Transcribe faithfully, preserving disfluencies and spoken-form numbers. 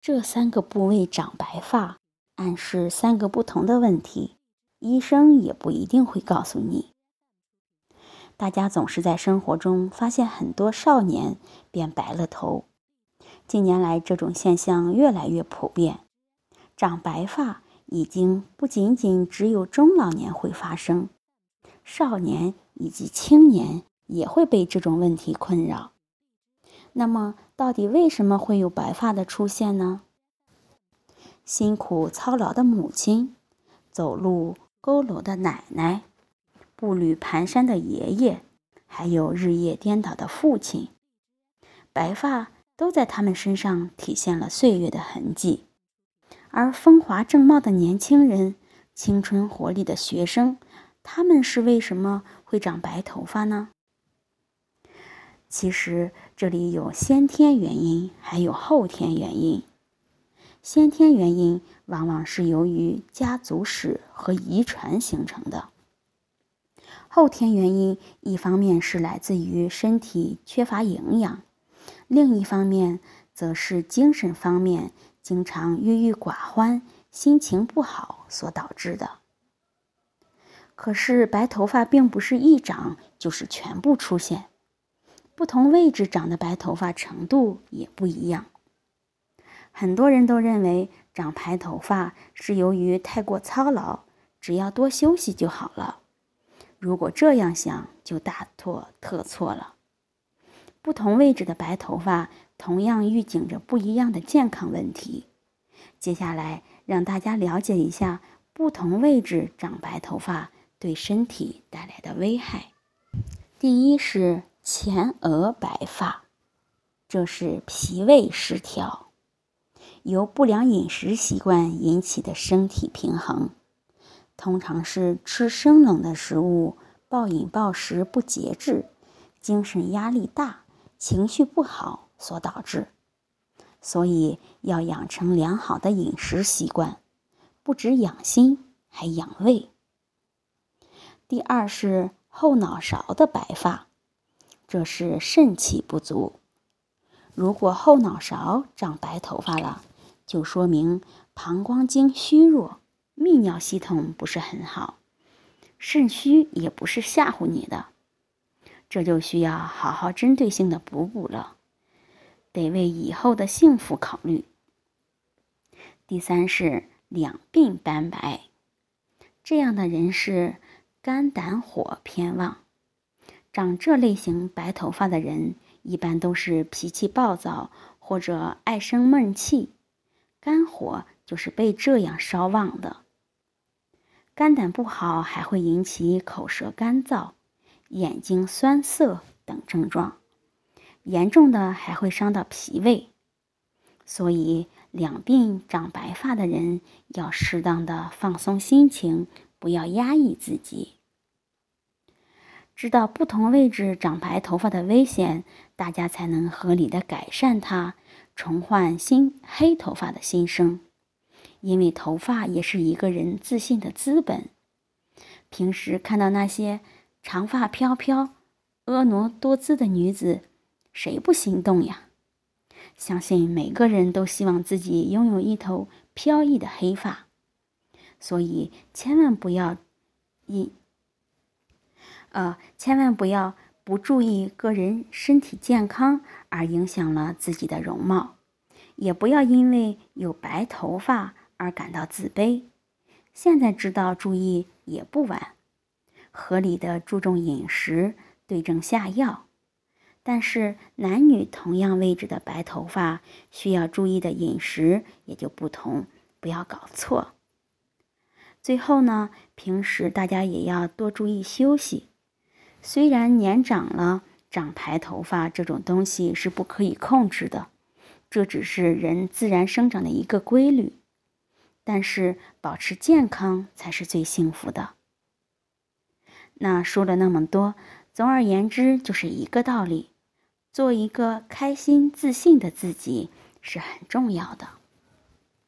这三个部位长白发，暗示三个不同的问题，医生也不一定会告诉你。大家总是在生活中发现很多少年变白了头，近年来这种现象越来越普遍，长白发已经不仅仅只有中老年会发生，少年以及青年也会被这种问题困扰。那么到底为什么会有白发的出现呢？辛苦操劳的母亲，走路佝偻的奶奶，步履蹒跚的爷爷，还有日夜颠倒的父亲，白发都在他们身上体现了岁月的痕迹。而风华正茂的年轻人，青春活力的学生，他们是为什么会长白头发呢？其实这里有先天原因，还有后天原因。先天原因往往是由于家族史和遗传形成的，后天原因一方面是来自于身体缺乏营养，另一方面则是精神方面经常郁郁寡欢、心情不好所导致的。可是白头发并不是一长就是全部出现，不同位置长的白头发程度也不一样。很多人都认为长白头发是由于太过操劳，只要多休息就好了。如果这样想，就大错特错了。不同位置的白头发同样预警着不一样的健康问题。接下来让大家了解一下不同位置长白头发对身体带来的危害。第一是前额白发，这是脾胃失调，由不良饮食习惯引起的身体平衡，通常是吃生冷的食物、暴饮暴食不节制、精神压力大、情绪不好所导致。所以要养成良好的饮食习惯，不止养心，还养胃。第二是后脑勺的白发，这是肾气不足。如果后脑勺长白头发了，就说明膀胱经虚弱，泌尿系统不是很好，肾虚也不是吓唬你的，这就需要好好针对性的补补了，得为以后的幸福考虑。第三是两鬓斑白，这样的人是肝胆火偏旺，长这类型白头发的人一般都是脾气暴躁或者爱生闷气，肝火就是被这样烧旺的。肝胆不好还会引起口舌干燥、眼睛酸涩等症状，严重的还会伤到脾胃。所以两鬓长白发的人要适当的放松心情，不要压抑自己。知道不同位置长白头发的危险，大家才能合理的改善它，重焕新黑头发的新生。因为头发也是一个人自信的资本。平时看到那些长发飘飘、婀娜多姿的女子，谁不心动呀？相信每个人都希望自己拥有一头飘逸的黑发，所以千万不要一呃，千万不要不注意个人身体健康而影响了自己的容貌，也不要因为有白头发而感到自卑。现在知道注意也不晚，合理的注重饮食，对症下药。但是男女同样位置的白头发需要注意的饮食也就不同，不要搞错。最后呢，平时大家也要多注意休息。虽然年长了，长白头发这种东西是不可以控制的，这只是人自然生长的一个规律。但是保持健康才是最幸福的。那说了那么多，总而言之就是一个道理，做一个开心自信的自己是很重要的。